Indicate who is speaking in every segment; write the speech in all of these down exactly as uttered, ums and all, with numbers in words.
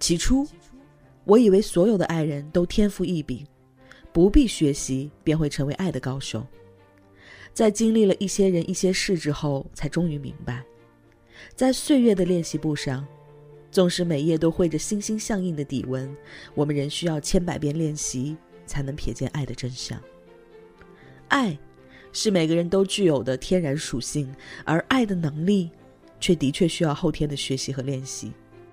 Speaker 1: 起初，我以为所有的爱人都天赋异禀，不必学习便会成为爱的高手。在经历了一些人一些事之后，才终于明白，在岁月的练习簿上，纵使每页都绘着心心相印的底纹，我们仍需要千百遍练习，才能瞥见爱的真相。爱是每个人都具有的天然属性，而爱的能力却的确需要后天的学习和练习。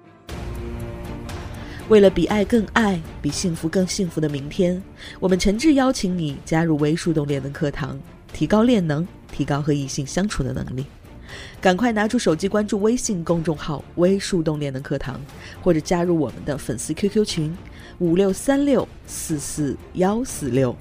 Speaker 1: 为了比爱更爱，比幸福更幸福的明天，我们诚挚邀请你加入微树洞恋能课堂，提高恋能，提高和异性相处的能力。赶快拿出手机关注微信公众号微树洞恋能课堂，或者加入我们的粉丝 Q Q 群五六三六四四幺四六。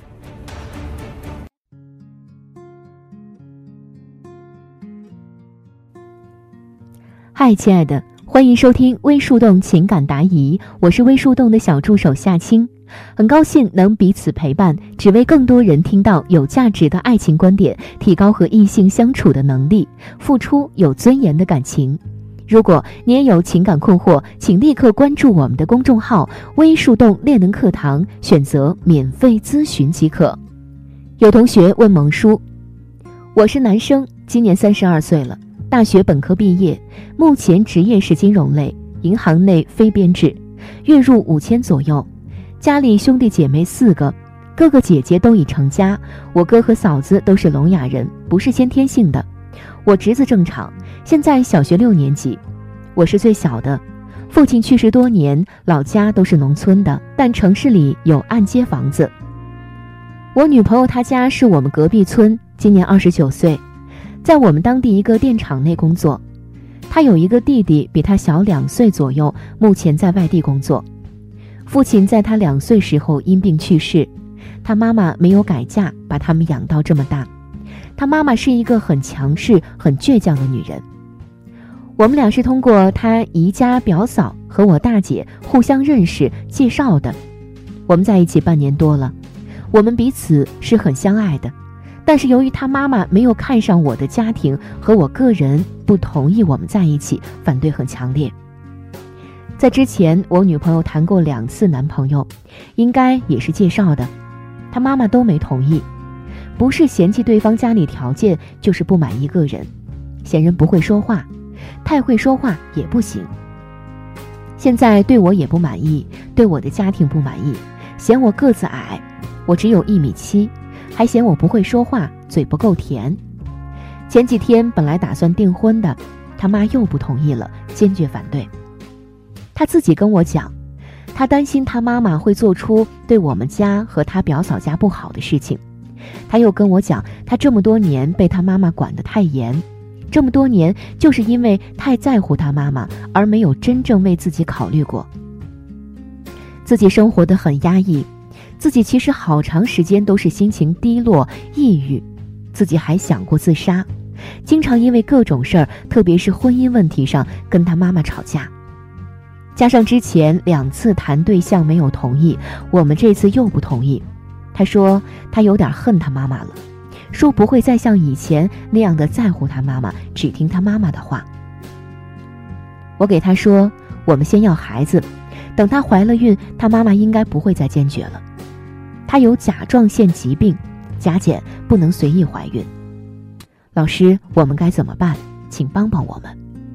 Speaker 2: 嗨，亲爱的，欢迎收听微树洞情感答疑，我是微树洞的小助手夏青，很高兴能彼此陪伴，只为更多人听到有价值的爱情观点，提高和异性相处的能力，付出有尊严的感情。如果你也有情感困惑，请立刻关注我们的公众号微树洞恋能课堂，选择免费咨询即可。有同学问萌叔，我是男生，今年三十二岁了，大学本科毕业，目前职业是金融类，银行内非编制，月入五千左右，家里兄弟姐妹四个，哥哥姐姐都已成家，我哥和嫂子都是聋哑人，不是先天性的，我侄子正常，现在小学六年级，我是最小的，父亲去世多年，老家都是农村的，但城市里有按揭房子。我女朋友她家是我们隔壁村，今年二十九岁，在我们当地一个电厂内工作。他有一个弟弟比他小两岁左右，目前在外地工作。父亲在他两岁时候因病去世，他妈妈没有改嫁，把他们养到这么大。他妈妈是一个很强势很倔强的女人。我们俩是通过他姨家表嫂和我大姐互相认识介绍的，我们在一起半年多了，我们彼此是很相爱的，但是由于他妈妈没有看上我的家庭和我个人，不同意我们在一起，反对很强烈。在之前我女朋友谈过两次男朋友，应该也是介绍的，他妈妈都没同意，不是嫌弃对方家里条件，就是不满一个人，嫌人不会说话，太会说话也不行。现在对我也不满意，对我的家庭不满意，嫌我个子矮，我只有一米七，还嫌我不会说话，嘴不够甜。前几天本来打算订婚的，他妈又不同意了，坚决反对。他自己跟我讲，他担心他妈妈会做出对我们家和他表嫂家不好的事情。他又跟我讲，他这么多年被他妈妈管得太严，这么多年就是因为太在乎他妈妈，而没有真正为自己考虑过。自己生活得很压抑，自己其实好长时间都是心情低落抑郁，自己还想过自杀，经常因为各种事儿，特别是婚姻问题上跟他妈妈吵架。加上之前两次谈对象没有同意，我们这次又不同意。他说他有点恨他妈妈了，说不会再像以前那样的在乎他妈妈，只听他妈妈的话。我给他说，我们先要孩子，等她怀了孕，他妈妈应该不会再坚决了。她有甲状腺疾病，甲减不能随意怀孕。老师，我们该怎么办？请帮帮我们。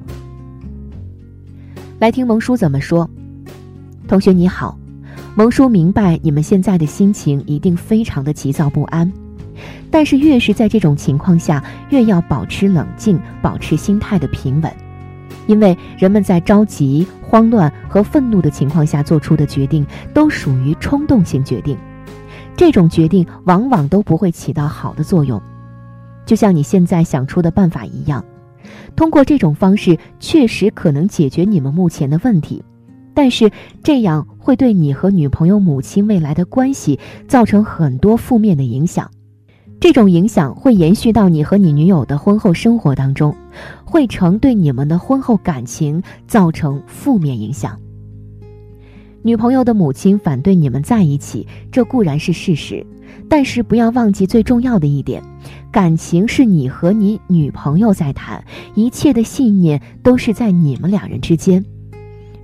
Speaker 2: 来听萌叔怎么说。同学你好，萌叔明白你们现在的心情一定非常的急躁不安，但是越是在这种情况下，越要保持冷静，保持心态的平稳。因为人们在着急、慌乱和愤怒的情况下做出的决定，都属于冲动性决定，这种决定往往都不会起到好的作用。就像你现在想出的办法一样，通过这种方式确实可能解决你们目前的问题，但是这样会对你和女朋友母亲未来的关系造成很多负面的影响，这种影响会延续到你和你女友的婚后生活当中，会成对你们的婚后感情造成负面影响。女朋友的母亲反对你们在一起，这固然是事实，但是不要忘记最重要的一点，感情是你和你女朋友在谈，一切的信念都是在你们两人之间。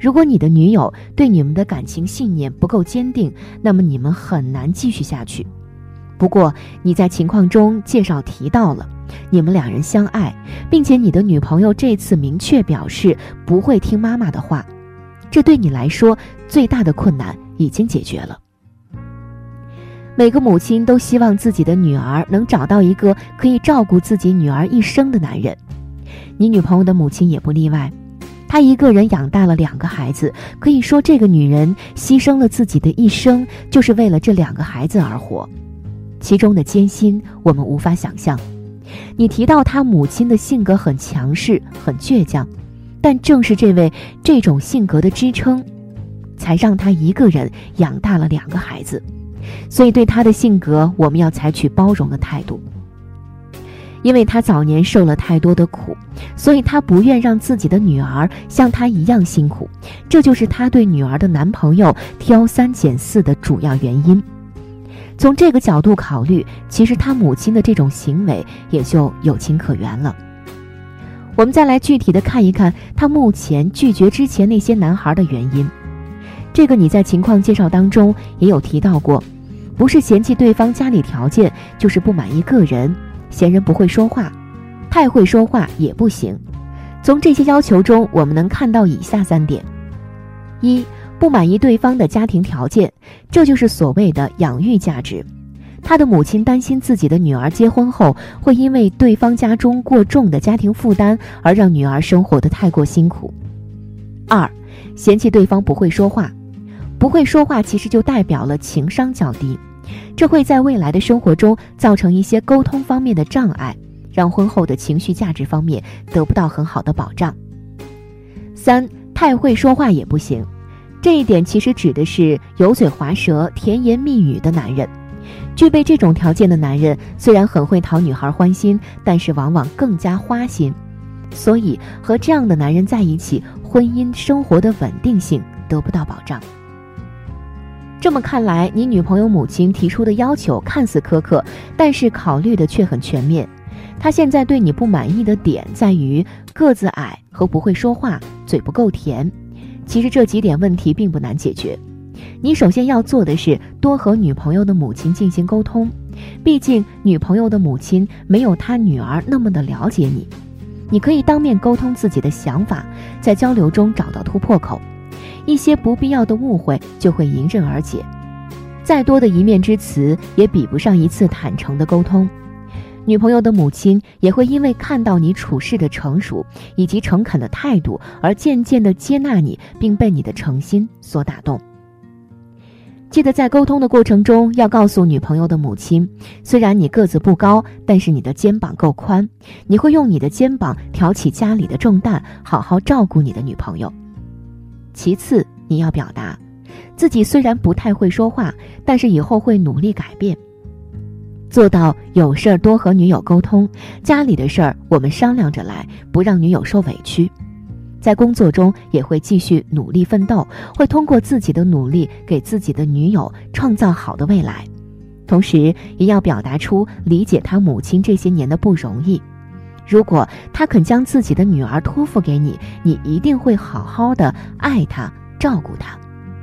Speaker 2: 如果你的女友对你们的感情信念不够坚定，那么你们很难继续下去。不过你在情况中介绍提到了你们两人相爱，并且你的女朋友这次明确表示不会听妈妈的话，这对你来说最大的困难已经解决了。每个母亲都希望自己的女儿能找到一个可以照顾自己女儿一生的男人，你女朋友的母亲也不例外。她一个人养大了两个孩子，可以说这个女人牺牲了自己的一生，就是为了这两个孩子而活，其中的艰辛我们无法想象。你提到她母亲的性格很强势很倔强，但正是这位这种性格的支撑，才让她一个人养大了两个孩子。所以对她的性格我们要采取包容的态度。因为她早年受了太多的苦，所以她不愿让自己的女儿像她一样辛苦，这就是她对女儿的男朋友挑三拣四的主要原因。从这个角度考虑，其实她母亲的这种行为也就有情可原了。我们再来具体的看一看她目前拒绝之前那些男孩的原因。这个你在情况介绍当中也有提到过，不是嫌弃对方家里条件，就是不满意个人，嫌人不会说话，太会说话也不行。从这些要求中我们能看到以下三点：一、不满意对方的家庭条件，这就是所谓的养育价值。他的母亲担心自己的女儿结婚后会因为对方家中过重的家庭负担而让女儿生活得太过辛苦。二、嫌弃对方不会说话。不会说话其实就代表了情商较低，这会在未来的生活中造成一些沟通方面的障碍，让婚后的情绪价值方面得不到很好的保障。三、太会说话也不行，这一点其实指的是油嘴滑舌、甜言蜜语的男人。具备这种条件的男人虽然很会讨女孩欢心，但是往往更加花心，所以和这样的男人在一起，婚姻生活的稳定性得不到保障。这么看来，你女朋友母亲提出的要求看似苛刻，但是考虑的却很全面。她现在对你不满意的点在于个子矮和不会说话，嘴不够甜。其实这几点问题并不难解决，你首先要做的是多和女朋友的母亲进行沟通，毕竟女朋友的母亲没有她女儿那么的了解你。你可以当面沟通自己的想法，在交流中找到突破口，一些不必要的误会就会迎刃而解。再多的一面之词也比不上一次坦诚的沟通。女朋友的母亲也会因为看到你处事的成熟以及诚恳的态度，而渐渐地接纳你，并被你的诚心所打动。记得在沟通的过程中要告诉女朋友的母亲，虽然你个子不高，但是你的肩膀够宽，你会用你的肩膀挑起家里的重担，好好照顾你的女朋友。其次，你要表达自己虽然不太会说话，但是以后会努力改变，做到有事儿多和女友沟通，家里的事儿我们商量着来，不让女友受委屈。在工作中也会继续努力奋斗，会通过自己的努力给自己的女友创造好的未来，同时也要表达出理解他母亲这些年的不容易。如果他肯将自己的女儿托付给你，你一定会好好的爱她，照顾她。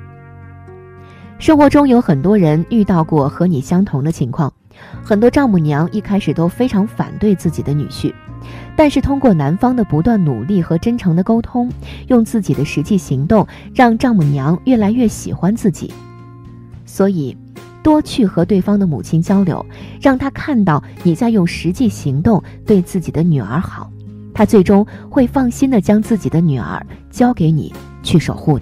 Speaker 2: 生活中有很多人遇到过和你相同的情况，很多丈母娘一开始都非常反对自己的女婿，但是通过男方的不断努力和真诚的沟通，用自己的实际行动让丈母娘越来越喜欢自己。所以多去和对方的母亲交流，让她看到你在用实际行动对自己的女儿好，她最终会放心地将自己的女儿交给你去守护的。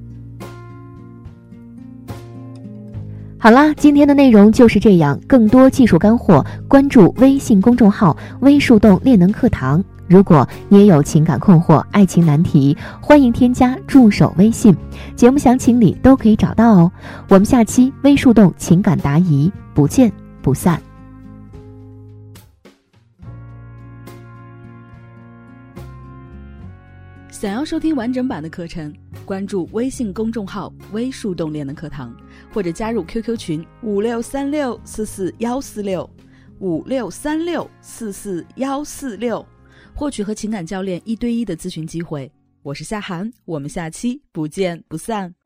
Speaker 2: 好啦，今天的内容就是这样，更多技术干货关注微信公众号微树洞练能课堂。如果你也有情感困惑、爱情难题，欢迎添加助手微信，节目详情里都可以找到哦。我们下期微树洞情感答疑不见不散。
Speaker 1: 想要收听完整版的课程，关注微信公众号微树洞练能课堂，或者加入 Q Q 群五六三六四四一四六五六三六四四一四六，获取和情感教练一对一的咨询机会。 我是夏涵，我们下期不见不散。